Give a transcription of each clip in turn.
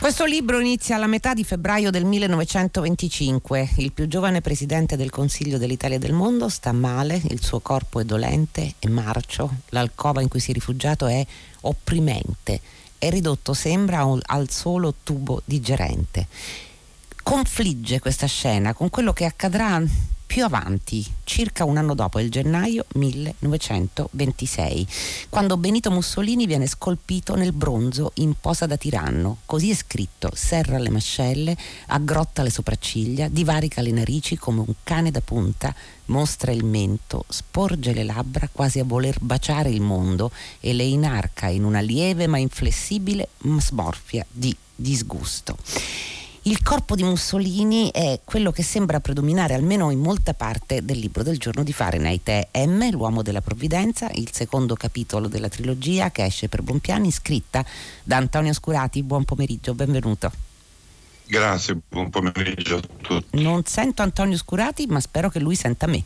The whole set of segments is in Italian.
Questo libro inizia alla metà di febbraio del 1925. Il più giovane presidente del Consiglio dell'Italia e del mondo sta male, il suo corpo è dolente e marcio, l'alcova in cui si è rifugiato è opprimente, è ridotto, sembra, al solo tubo digerente. Confligge questa scena con quello che accadrà più avanti, circa un anno dopo, il gennaio 1926, quando Benito Mussolini viene scolpito nel bronzo in posa da tiranno. Così è scritto: serra le mascelle, aggrotta le sopracciglia, divarica le narici come un cane da punta, mostra il mento, sporge le labbra quasi a voler baciare il mondo e le inarca in una lieve ma inflessibile smorfia di disgusto. Il corpo di Mussolini è quello che sembra predominare, almeno in molta parte del libro del giorno di Fahrenheit. È M, l'uomo della provvidenza, il secondo capitolo della trilogia che esce per Bonpiani, scritta da Antonio Scurati. Buon pomeriggio, benvenuto. Grazie, buon pomeriggio a tutti. Non sento Antonio Scurati, ma spero che lui senta me.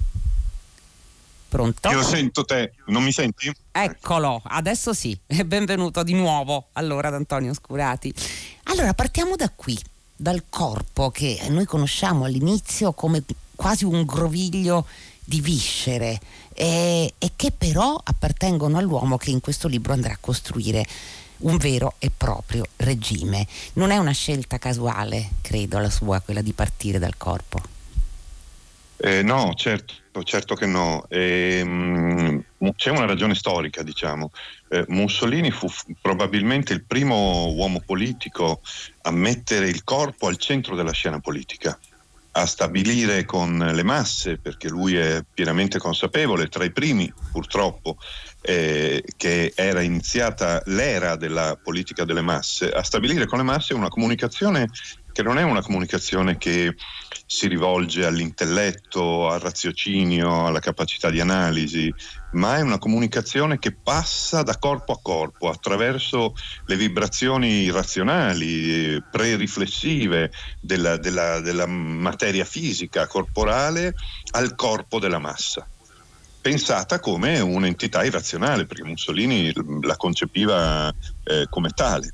Pronto? Io sento te, non mi senti? Eccolo, adesso sì. Benvenuto di nuovo allora ad Antonio Scurati. Allora, partiamo da qui, dal corpo che noi conosciamo all'inizio come quasi un groviglio di viscere e che però appartengono all'uomo che in questo libro andrà a costruire un vero e proprio regime. Non è una scelta casuale, credo, la sua, quella di partire dal corpo. No, certo che no. C'è una ragione storica, diciamo. Mussolini fu probabilmente il primo uomo politico a mettere il corpo al centro della scena politica, a stabilire con le masse, perché lui è pienamente consapevole, tra i primi purtroppo, che era iniziata l'era della politica delle masse, a stabilire con le masse una comunicazione che non è una comunicazione che si rivolge all'intelletto, al raziocinio, alla capacità di analisi, ma è una comunicazione che passa da corpo a corpo attraverso le vibrazioni razionali, pre-riflessive della materia fisica corporale al corpo della massa, pensata come un'entità irrazionale, perché Mussolini la concepiva come tale.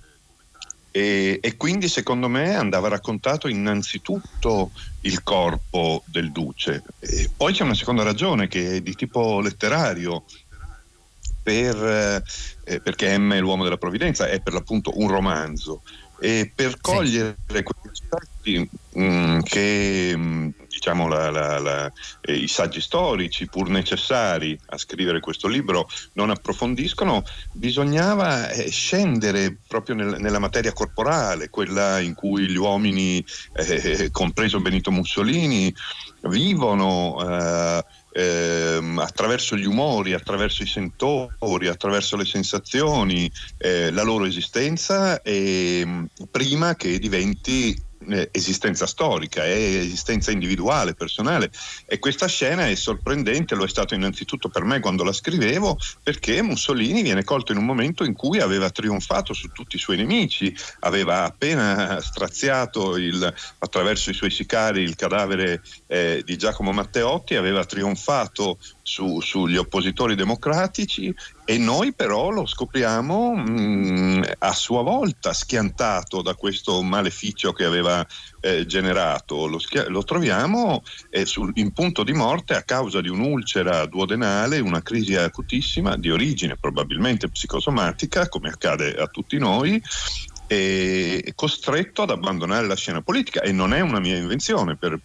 E quindi secondo me andava raccontato innanzitutto il corpo del duce. E poi c'è una seconda ragione che è di tipo letterario, perché M è l'uomo della provvidenza, è per l'appunto un romanzo, e per cogliere quegli aspetti che diciamo i saggi storici, pur necessari a scrivere questo libro, non approfondiscono, bisognava scendere proprio nella materia corporale, quella in cui gli uomini, compreso Benito Mussolini, vivono attraverso gli umori, attraverso i sentori, attraverso le sensazioni, la loro esistenza, prima che diventi esistenza storica, è esistenza individuale, personale. E questa scena è sorprendente, lo è stato innanzitutto per me quando la scrivevo, perché Mussolini viene colto in un momento in cui aveva trionfato su tutti i suoi nemici, aveva appena straziato attraverso i suoi sicari il cadavere di Giacomo Matteotti, aveva trionfato sugli oppositori democratici, e noi però lo scopriamo a sua volta schiantato da questo maleficio che aveva generato. Lo troviamo in punto di morte a causa di un'ulcera duodenale, una crisi acutissima di origine probabilmente psicosomatica, come accade a tutti noi, è costretto ad abbandonare la scena politica. E non è una mia invenzione. Per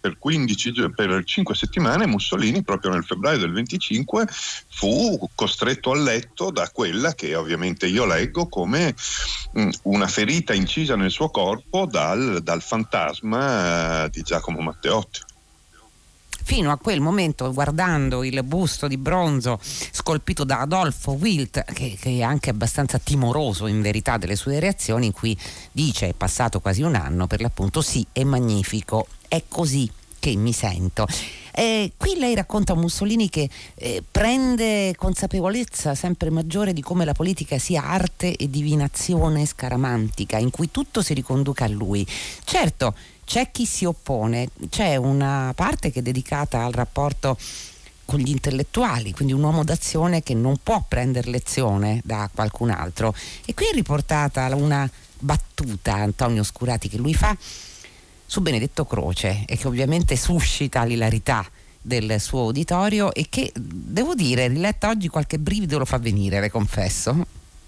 5 settimane Mussolini, proprio nel febbraio del 25, fu costretto a letto da quella che ovviamente io leggo come una ferita incisa nel suo corpo dal fantasma di Giacomo Matteotti. Fino a quel momento, guardando il busto di bronzo scolpito da Adolfo Wild, che è anche abbastanza timoroso in verità delle sue reazioni, in cui dice: è passato quasi un anno, per l'appunto, sì, è magnifico, è così che mi sento. Qui lei racconta Mussolini che prende consapevolezza sempre maggiore di come la politica sia arte e divinazione scaramantica, in cui tutto si riconduca a lui. Certo, c'è chi si oppone, c'è una parte che è dedicata al rapporto con gli intellettuali, quindi un uomo d'azione che non può prendere lezione da qualcun altro, e qui è riportata una battuta, Antonio Scurati, che lui fa su Benedetto Croce e che ovviamente suscita l'ilarità del suo uditorio e che, devo dire, riletta oggi qualche brivido lo fa venire, le confesso.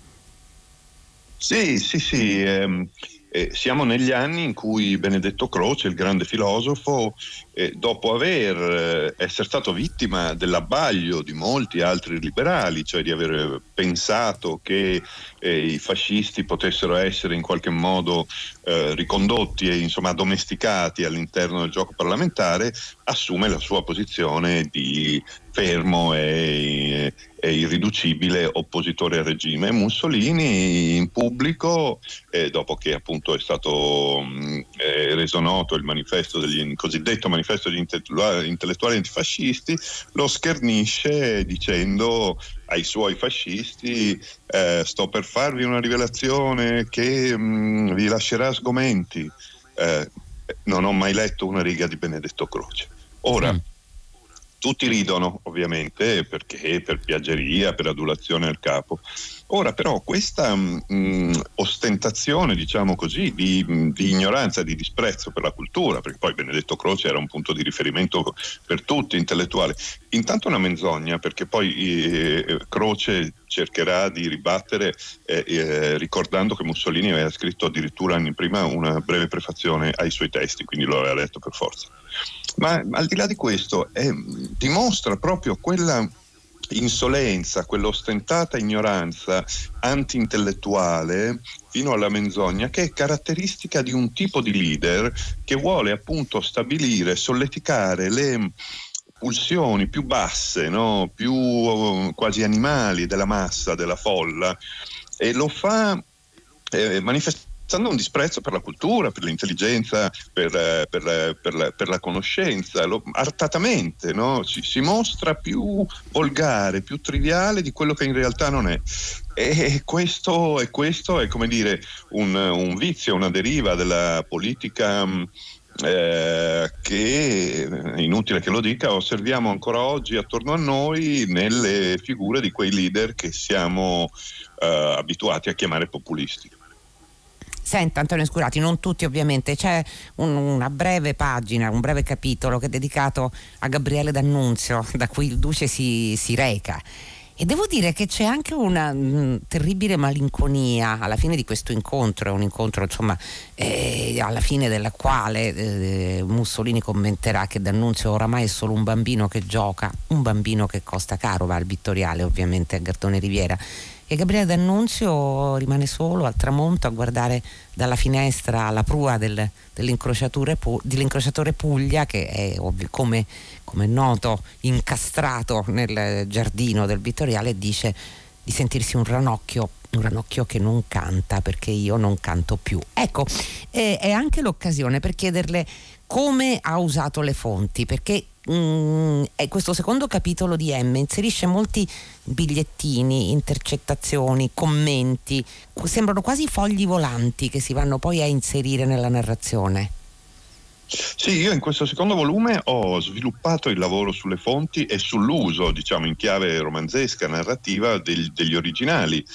Sì, sì, sì. Siamo negli anni in cui Benedetto Croce, il grande filosofo, dopo essere stato vittima dell'abbaglio di molti altri liberali, cioè di aver pensato che i fascisti potessero essere in qualche modo ricondotti e insomma addomesticati all'interno del gioco parlamentare, assume la sua posizione di fermo e irriducibile oppositore al regime. Mussolini in pubblico, dopo che appunto è stato reso noto il cosiddetto manifesto degli intellettuali antifascisti, lo schernisce dicendo ai suoi fascisti: sto per farvi una rivelazione che vi lascerà sgomenti, non ho mai letto una riga di Benedetto Croce. Ora tutti ridono, ovviamente, perché per piaggeria, per adulazione al capo. Ora però questa ostentazione, diciamo così, di ignoranza, di disprezzo per la cultura, perché poi Benedetto Croce era un punto di riferimento per tutti, intellettuale, intanto una menzogna, perché poi Croce cercherà di ribattere ricordando che Mussolini aveva scritto addirittura anni prima una breve prefazione ai suoi testi, quindi lo aveva letto per forza. Ma al di là di questo dimostra proprio quella insolenza, quell'ostentata ignoranza anti-intellettuale fino alla menzogna, che è caratteristica di un tipo di leader che vuole appunto stabilire, solleticare le pulsioni più basse, no? Più quasi animali della massa, della folla, e lo fa manifestando un disprezzo per la cultura, per l'intelligenza, per la conoscenza, artatamente, no? Si mostra più volgare, più triviale di quello che in realtà non è. E questo è, come dire, un vizio, una deriva della politica che, è inutile che lo dica, osserviamo ancora oggi attorno a noi nelle figure di quei leader che siamo abituati a chiamare populisti. Senta Antonio Scurati, non tutti ovviamente, c'è una breve pagina, un breve capitolo che è dedicato a Gabriele D'Annunzio, da cui il Duce si reca. E devo dire che c'è anche una terribile malinconia alla fine di questo incontro, è un incontro insomma alla fine della quale Mussolini commenterà che D'Annunzio oramai è solo un bambino che gioca, un bambino che costa caro, va al Vittoriale ovviamente a Gardone Riviera, e Gabriele D'Annunzio rimane solo al tramonto a guardare dalla finestra la prua dell'incrociatore Puglia, che è come è noto incastrato nel giardino del Vittoriale, e dice di sentirsi un ranocchio che non canta, perché io non canto più. Ecco, è anche l'occasione per chiederle come ha usato le fonti, perché questo secondo capitolo di M inserisce molti bigliettini, intercettazioni, commenti, sembrano quasi fogli volanti che si vanno poi a inserire nella narrazione. Sì, io in questo secondo volume ho sviluppato il lavoro sulle fonti e sull'uso, diciamo, in chiave romanzesca, narrativa degli originali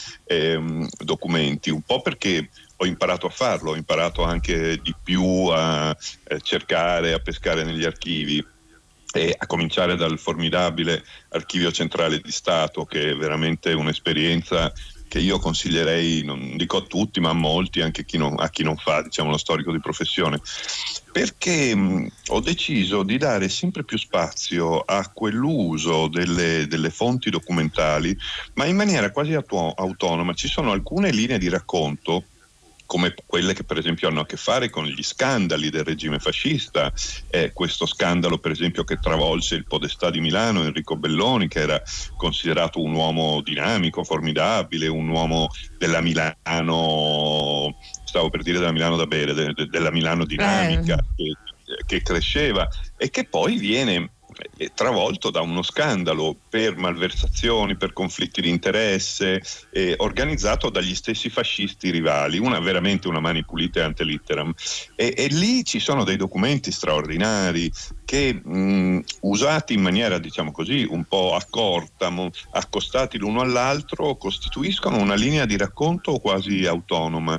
documenti, un po' perché ho imparato a farlo, ho imparato anche di più a cercare, a pescare negli archivi, e a cominciare dal formidabile Archivio Centrale di Stato, che è veramente un'esperienza che io consiglierei, non dico a tutti, ma a molti, anche a chi non fa, diciamo, lo storico di professione, perché ho deciso di dare sempre più spazio a quell'uso delle fonti documentali, ma in maniera quasi autonoma. Ci sono alcune linee di racconto, come quelle che per esempio hanno a che fare con gli scandali del regime fascista, questo scandalo per esempio che travolse il podestà di Milano, Enrico Belloni, che era considerato un uomo dinamico, formidabile, un uomo della Milano, stavo per dire della Milano da bere, della Milano dinamica, che cresceva e che poi viene travolto da uno scandalo per malversazioni, per conflitti di interesse, organizzato dagli stessi fascisti rivali, veramente una mani pulite ante litteram, e lì ci sono dei documenti straordinari che usati in maniera, diciamo così, un po' accorta, accostati l'uno all'altro, costituiscono una linea di racconto quasi autonoma.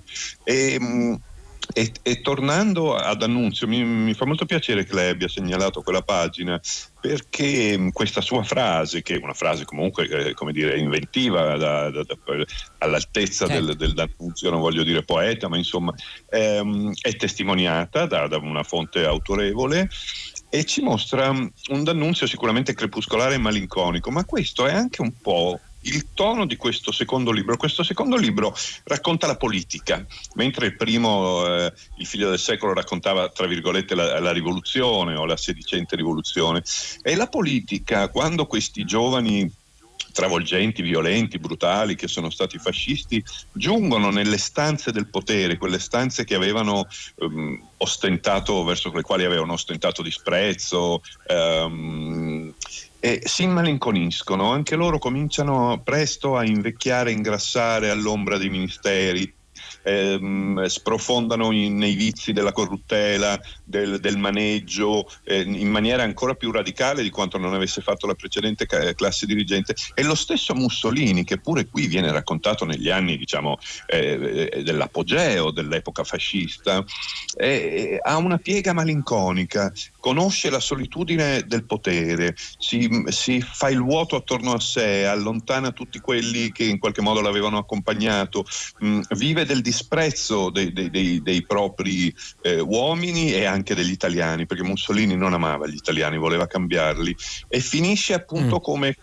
E tornando ad Annunzio, mi fa molto piacere che lei abbia segnalato quella pagina, perché questa sua frase, che è una frase comunque come dire inventiva, all'altezza certo. del D'Annunzio, non voglio dire poeta, ma insomma è testimoniata da una fonte autorevole, e ci mostra un D'Annunzio sicuramente crepuscolare e malinconico, ma questo è anche un po' il tono di questo secondo libro. Questo secondo libro racconta la politica, mentre il primo, Il figlio del secolo, raccontava tra virgolette la rivoluzione o la sedicente rivoluzione, e la politica, quando questi giovani travolgenti, violenti, brutali, che sono stati fascisti, giungono nelle stanze del potere, quelle stanze che avevano ostentato, verso le quali avevano ostentato disprezzo, e si immalinconiscono. Anche loro cominciano presto a invecchiare, ingrassare all'ombra dei ministeri, sprofondano nei vizi della corruttela, del maneggio, in maniera ancora più radicale di quanto non avesse fatto la precedente classe dirigente. E lo stesso Mussolini, che pure qui viene raccontato negli anni, diciamo, dell'apogeo dell'epoca fascista, ha una piega malinconica, conosce la solitudine del potere, si fa il vuoto attorno a sé, allontana tutti quelli che in qualche modo l'avevano accompagnato, vive del disprezzo dei propri uomini e anche degli italiani, perché Mussolini non amava gli italiani, voleva cambiarli, e finisce appunto come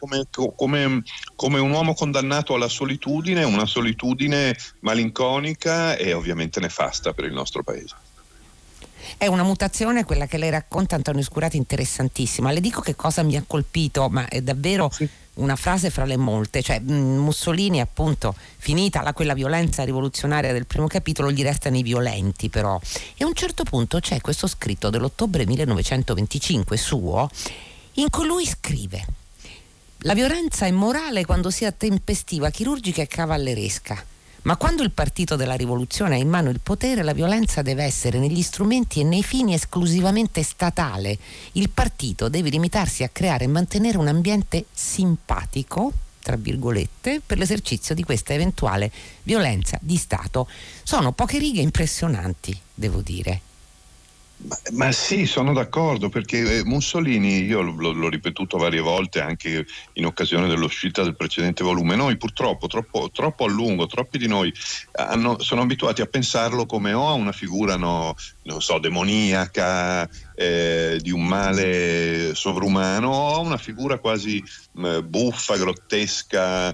un uomo condannato alla solitudine, una solitudine malinconica e ovviamente nefasta per il nostro paese. È una mutazione quella che lei racconta, Antonio Scurati, interessantissima. Le dico che cosa mi ha colpito, ma è davvero una frase fra le molte. Cioè Mussolini, appunto, finita quella violenza rivoluzionaria del primo capitolo, gli restano i violenti però. E a un certo punto c'è questo scritto dell'ottobre 1925 suo, in cui lui scrive: la violenza è morale quando sia tempestiva, chirurgica e cavalleresca. Ma quando il partito della rivoluzione ha in mano il potere, la violenza deve essere negli strumenti e nei fini esclusivamente statale. Il partito deve limitarsi a creare e mantenere un ambiente simpatico, tra virgolette, per l'esercizio di questa eventuale violenza di Stato. Sono poche righe impressionanti, devo dire. Ma sì, sono d'accordo, perché Mussolini, io l'ho ripetuto varie volte anche in occasione dell'uscita del precedente volume, noi purtroppo troppo a lungo, troppi di noi sono abituati a pensarlo come una figura non so, demoniaca, di un male sovrumano, o una figura quasi buffa, grottesca,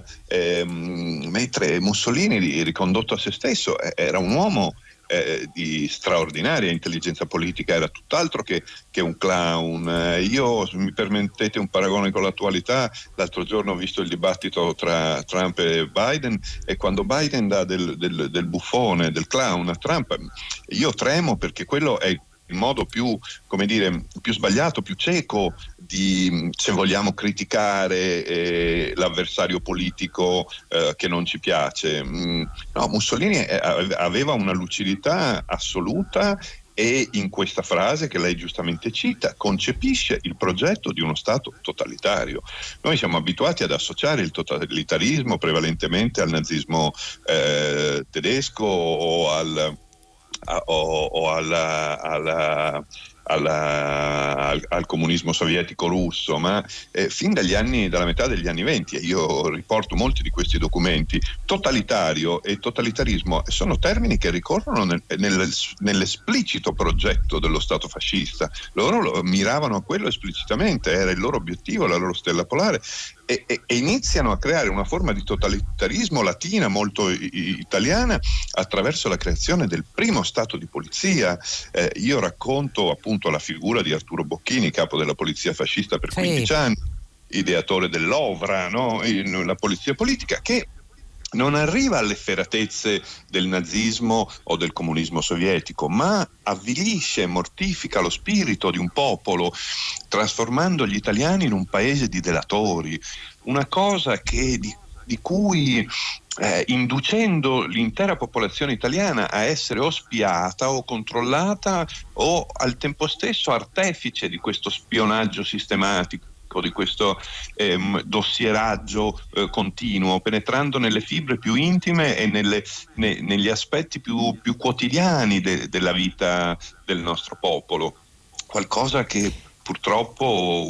mentre Mussolini, ricondotto a se stesso, era un uomo di straordinaria intelligenza politica, era tutt'altro che un clown. Io, se mi permettete un paragone con l'attualità, l'altro giorno ho visto il dibattito tra Trump e Biden, e quando Biden dà del buffone, del clown a Trump, io tremo, perché quello è il modo più, come dire, più sbagliato, più cieco di, se vogliamo, criticare l'avversario politico che non ci piace. No, Mussolini aveva una lucidità assoluta, e in questa frase che lei giustamente cita concepisce il progetto di uno Stato totalitario. Noi siamo abituati ad associare il totalitarismo prevalentemente al nazismo tedesco o al comunismo sovietico russo, ma fin dalla metà degli anni '20, e io riporto molti di questi documenti, totalitario e totalitarismo sono termini che ricorrono nell'esplicito progetto dello Stato fascista. Loro miravano a quello esplicitamente, era il loro obiettivo, la loro stella polare, e iniziano a creare una forma di totalitarismo latina molto italiana attraverso la creazione del primo Stato di polizia. Io racconto appunto la figura di Arturo Bocchini, capo della polizia fascista per 15 anni, ideatore dell'OVRA, no? La polizia politica, che non arriva alle efferatezze del nazismo o del comunismo sovietico, ma avvilisce e mortifica lo spirito di un popolo, trasformando gli italiani in un paese di delatori, una cosa di cui inducendo l'intera popolazione italiana a essere o spiata o controllata o al tempo stesso artefice di questo spionaggio sistematico, di questo dossieraggio continuo, penetrando nelle fibre più intime e negli aspetti più quotidiani della vita del nostro popolo. Qualcosa che purtroppo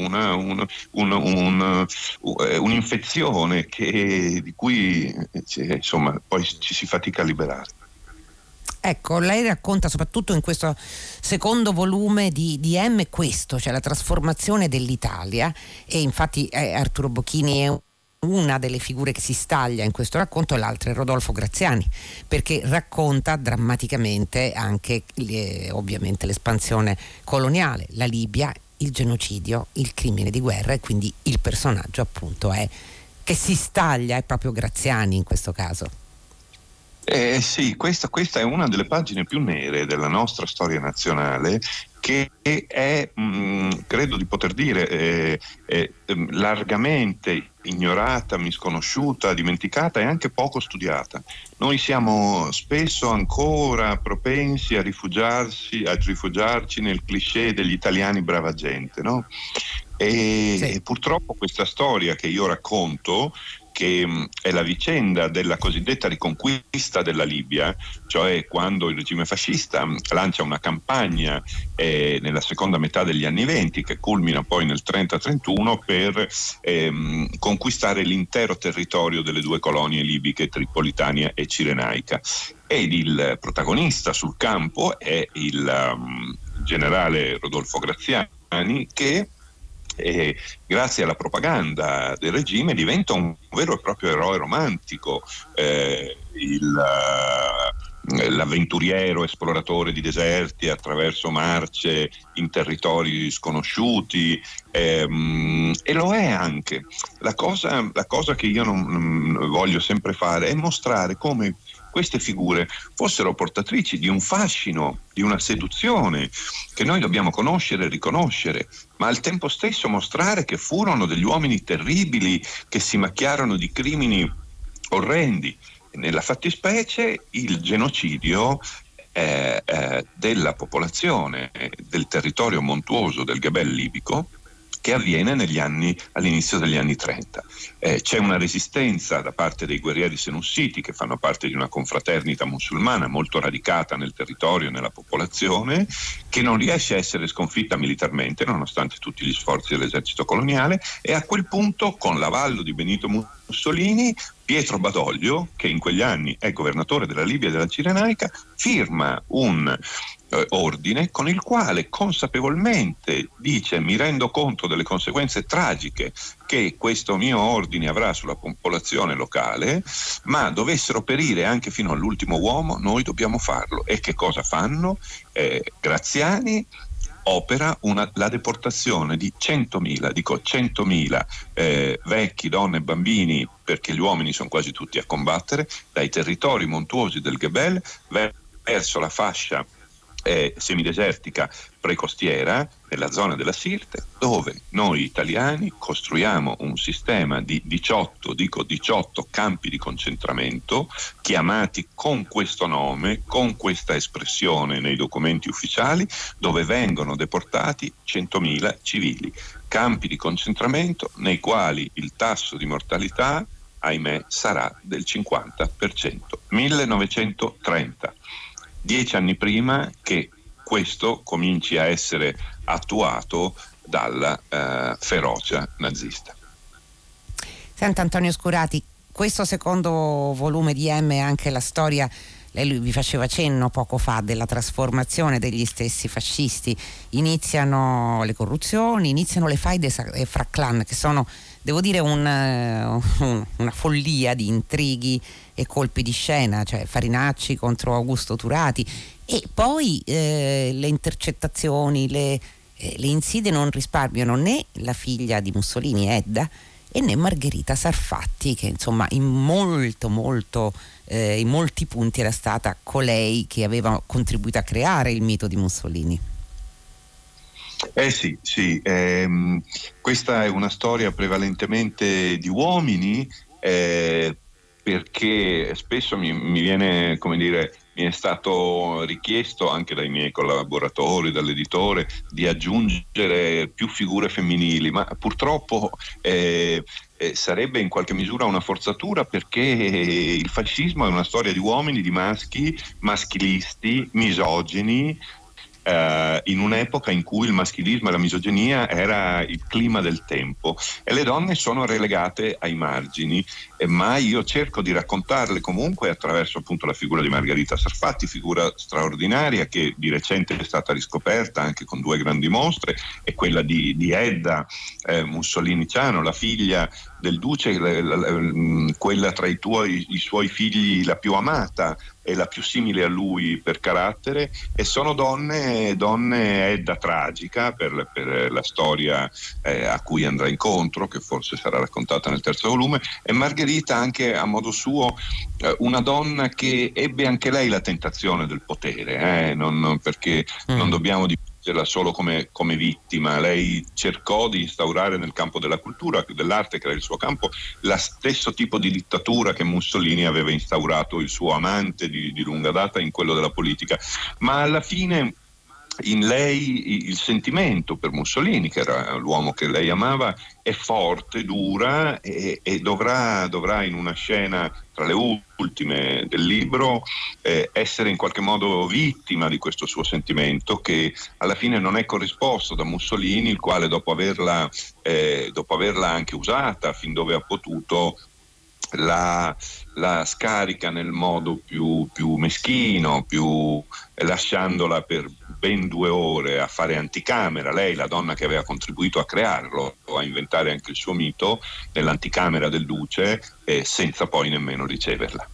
un'infezione di cui insomma poi ci si fatica a liberare. Ecco, lei racconta soprattutto in questo secondo volume di M questo, cioè la trasformazione dell'Italia, e infatti Arturo Bocchini è una delle figure che si staglia in questo racconto, e l'altra è Rodolfo Graziani, perché racconta drammaticamente anche ovviamente l'espansione coloniale, la Libia, il genocidio, il crimine di guerra, e quindi il personaggio appunto che si staglia è proprio Graziani in questo caso. Sì, questa è una delle pagine più nere della nostra storia nazionale, che è, credo di poter dire, largamente ignorata, misconosciuta, dimenticata e anche poco studiata. Noi siamo spesso ancora propensi a rifugiarci nel cliché degli italiani brava gente, no? E purtroppo questa storia che io racconto, che è la vicenda della cosiddetta riconquista della Libia, cioè quando il regime fascista lancia una campagna nella seconda metà degli anni '20, che culmina poi nel 30-31, per conquistare l'intero territorio delle due colonie libiche, Tripolitania e Cirenaica. Ed il protagonista sul campo è il generale Rodolfo Graziani, che grazie alla propaganda del regime diventa un vero e proprio eroe romantico, l'avventuriero esploratore di deserti attraverso marce in territori sconosciuti, e lo è anche. La cosa che io non voglio sempre fare è mostrare come queste figure fossero portatrici di un fascino, di una seduzione che noi dobbiamo conoscere e riconoscere, ma al tempo stesso mostrare che furono degli uomini terribili che si macchiarono di crimini orrendi. Nella fattispecie il genocidio della popolazione del territorio montuoso del Gebel libico, che avviene all'inizio degli anni 30. C'è una resistenza da parte dei guerrieri senussiti, che fanno parte di una confraternita musulmana molto radicata nel territorio e nella popolazione, che non riesce a essere sconfitta militarmente nonostante tutti gli sforzi dell'esercito coloniale, e a quel punto, con l'avallo di Benito Mussolini, Pietro Badoglio, che in quegli anni è governatore della Libia e della Cirenaica, firma un ordine con il quale consapevolmente dice: mi rendo conto delle conseguenze tragiche che questo mio ordine avrà sulla popolazione locale, ma dovessero perire anche fino all'ultimo uomo, noi dobbiamo farlo. E che cosa fanno? Graziani opera la deportazione di 100.000 vecchi, donne e bambini, perché gli uomini sono quasi tutti a combattere, dai territori montuosi del Gebel verso la fascia semidesertica precostiera, nella zona della Sirte, dove noi italiani costruiamo un sistema di 18 campi di concentramento, chiamati con questo nome, con questa espressione nei documenti ufficiali, dove vengono deportati 100.000 civili. Campi di concentramento nei quali il tasso di mortalità, ahimè, sarà del 50%. 1930. 10 anni prima che questo cominci a essere attuato dalla ferocia nazista. Senta Antonio Scurati, questo secondo volume di M è anche la storia, lei vi faceva cenno poco fa, della trasformazione degli stessi fascisti. Iniziano le corruzioni, iniziano le faide fra clan, che sono, devo dire, una follia di intrighi e colpi di scena, cioè Farinacci contro Augusto Turati, e poi le intercettazioni, le insidie non risparmiano né la figlia di Mussolini, Edda, e né Margherita Sarfatti, che insomma in molti punti era stata colei che aveva contribuito a creare il mito di Mussolini. Sì, questa è una storia prevalentemente di uomini, perché spesso mi viene, come dire, mi è stato richiesto anche dai miei collaboratori, dall'editore, di aggiungere più figure femminili, ma purtroppo sarebbe in qualche misura una forzatura, perché il fascismo è una storia di uomini, di maschi, maschilisti, misogini, in un'epoca in cui il maschilismo e la misoginia era il clima del tempo, e le donne sono relegate ai margini, ma io cerco di raccontarle comunque attraverso appunto la figura di Margherita Sarfatti, figura straordinaria che di recente è stata riscoperta anche con 2 grandi mostre, e quella di Edda Mussolini-Ciano, la figlia del duce, quella tra i suoi figli la più amata e la più simile a lui per carattere, e sono donne Edda tragica per la storia a cui andrà incontro, che forse sarà raccontata nel 3° volume, e Margherita anche a modo suo una donna che ebbe anche lei la tentazione del potere, perché non dobbiamo solo come vittima. Lei cercò di instaurare nel campo della cultura, dell'arte, che era il suo campo, lo stesso tipo di dittatura che Mussolini aveva instaurato il suo amante di lunga data in quello della politica, ma alla fine in lei il sentimento per Mussolini, che era l'uomo che lei amava, è forte, dura, e dovrà in una scena tra le ultime del libro essere in qualche modo vittima di questo suo sentimento, che alla fine non è corrisposto da Mussolini, il quale dopo averla anche usata fin dove ha potuto, la scarica nel modo più meschino, lasciandola per ben 2 ore a fare anticamera, lei, la donna che aveva contribuito a crearlo, a inventare anche il suo mito, nell'anticamera del duce, senza poi nemmeno riceverla.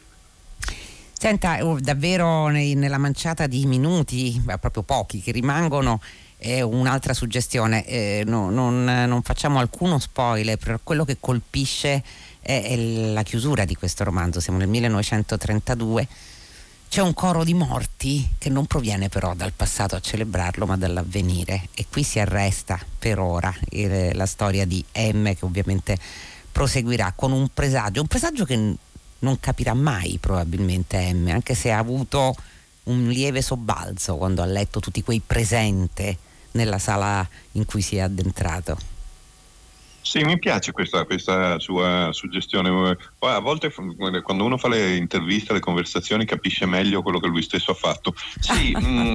Senta, davvero nella manciata di minuti, proprio pochi che rimangono, è un'altra suggestione, non facciamo alcuno spoiler, però quello che colpisce è la chiusura di questo romanzo. Siamo nel 1932, c'è un coro di morti che non proviene però dal passato a celebrarlo, ma dall'avvenire, e qui si arresta per ora la storia di M, che ovviamente proseguirà con un presagio che non capirà mai probabilmente M, anche se ha avuto un lieve sobbalzo quando ha letto tutti quei presenti nella sala in cui si è addentrato. Sì, mi piace questa sua suggestione. Poi a volte quando uno fa le interviste, le conversazioni, capisce meglio quello che lui stesso ha fatto. Sì,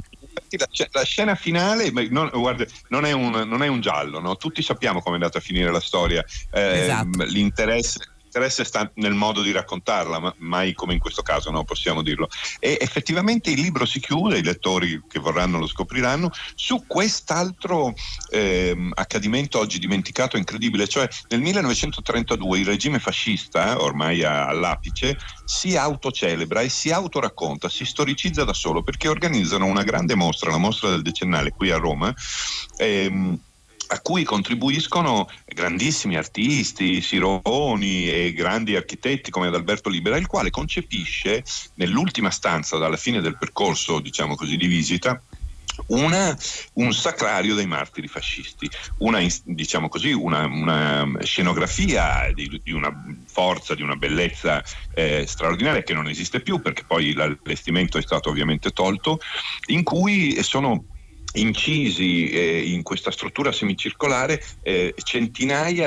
la scena finale, guarda, non è un giallo, no? Tutti sappiamo come è andata a finire la storia. Esatto. L'interesse sta nel modo di raccontarla, ma mai come in questo caso, no? Possiamo dirlo. E effettivamente il libro si chiude, i lettori che vorranno lo scopriranno, su quest'altro accadimento oggi dimenticato, incredibile. Cioè nel 1932 il regime fascista, ormai all'apice, si autocelebra e si autoracconta, si storicizza da solo, perché organizzano una grande mostra, la mostra del decennale qui a Roma, a cui contribuiscono grandissimi artisti, Sironi e grandi architetti come Adalberto Libera, il quale concepisce nell'ultima stanza, dalla fine del percorso, diciamo così, di visita, un sacrario dei martiri fascisti, una scenografia di una forza, di una bellezza straordinaria, che non esiste più perché poi l'allestimento è stato ovviamente tolto, in cui sono incisi in questa struttura semicircolare centinaia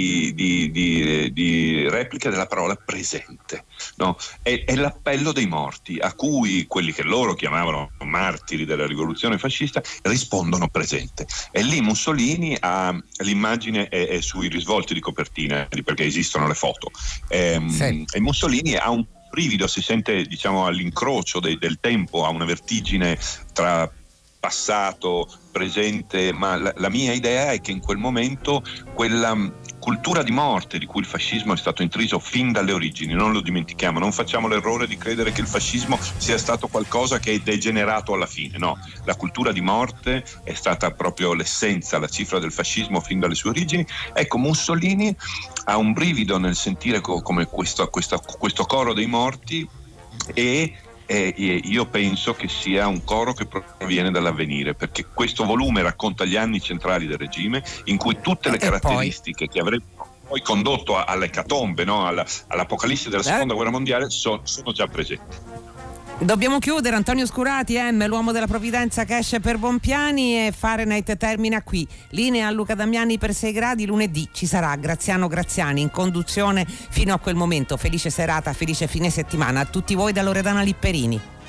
di repliche della parola presente, no? È l'appello dei morti, a cui quelli che loro chiamavano martiri della rivoluzione fascista rispondono presente. E lì Mussolini ha l'immagine è sui risvolti di copertina, perché esistono le foto, Sì. E Mussolini ha un brivido, si sente, diciamo, all'incrocio del tempo, ha una vertigine tra passato, presente, ma la mia idea è che in quel momento cultura di morte di cui il fascismo è stato intriso fin dalle origini, non lo dimentichiamo, non facciamo l'errore di credere che il fascismo sia stato qualcosa che è degenerato alla fine, no, la cultura di morte è stata proprio l'essenza, la cifra del fascismo fin dalle sue origini. Ecco, Mussolini ha un brivido nel sentire come questo coro dei morti e io penso che sia un coro che proviene dall'Avvenire, perché questo volume racconta gli anni centrali del regime in cui tutte le caratteristiche che avrebbero poi condotto all'ecatombe, no? all'apocalisse della seconda guerra mondiale sono già presenti. Dobbiamo chiudere. Antonio Scurati, l'uomo della provvidenza che esce per Bompiani, e Fahrenheit termina qui. Linea a Luca Damiani per 6 gradi. Lunedì ci sarà Graziano Graziani in conduzione fino a quel momento. Felice serata, felice fine settimana a tutti voi da Loredana Lipperini.